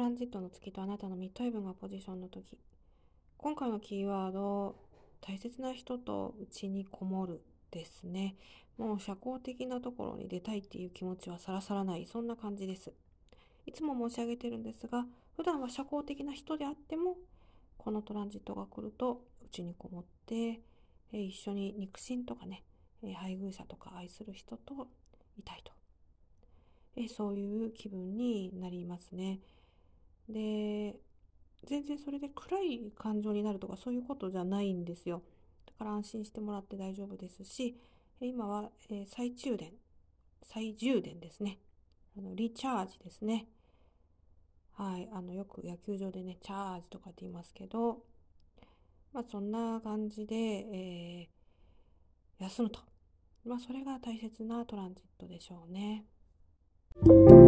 ンジットの月とあなたのミッドヘブンがポジションの時。今回のキーワード、大切な人と内にこもるですね。もう社交的なところに出たいっていう気持ちはさらさらない、そんな感じです。いつも申し上げてるんですが、普段は社交的な人であっても、このトランジットが来ると内にこもって、一緒に肉親とかね、配偶者とか愛する人といたいと。そういう気分になりますね。で、全然それで暗い感情になるとかそういうことじゃないんですよ。だから安心してもらって大丈夫ですし、今は再充電ですね。リチャージですね。はい、よく野球場でね、チャージとかって言いますけど、そんな感じで、休むと。それが大切なトランジットでしょうね。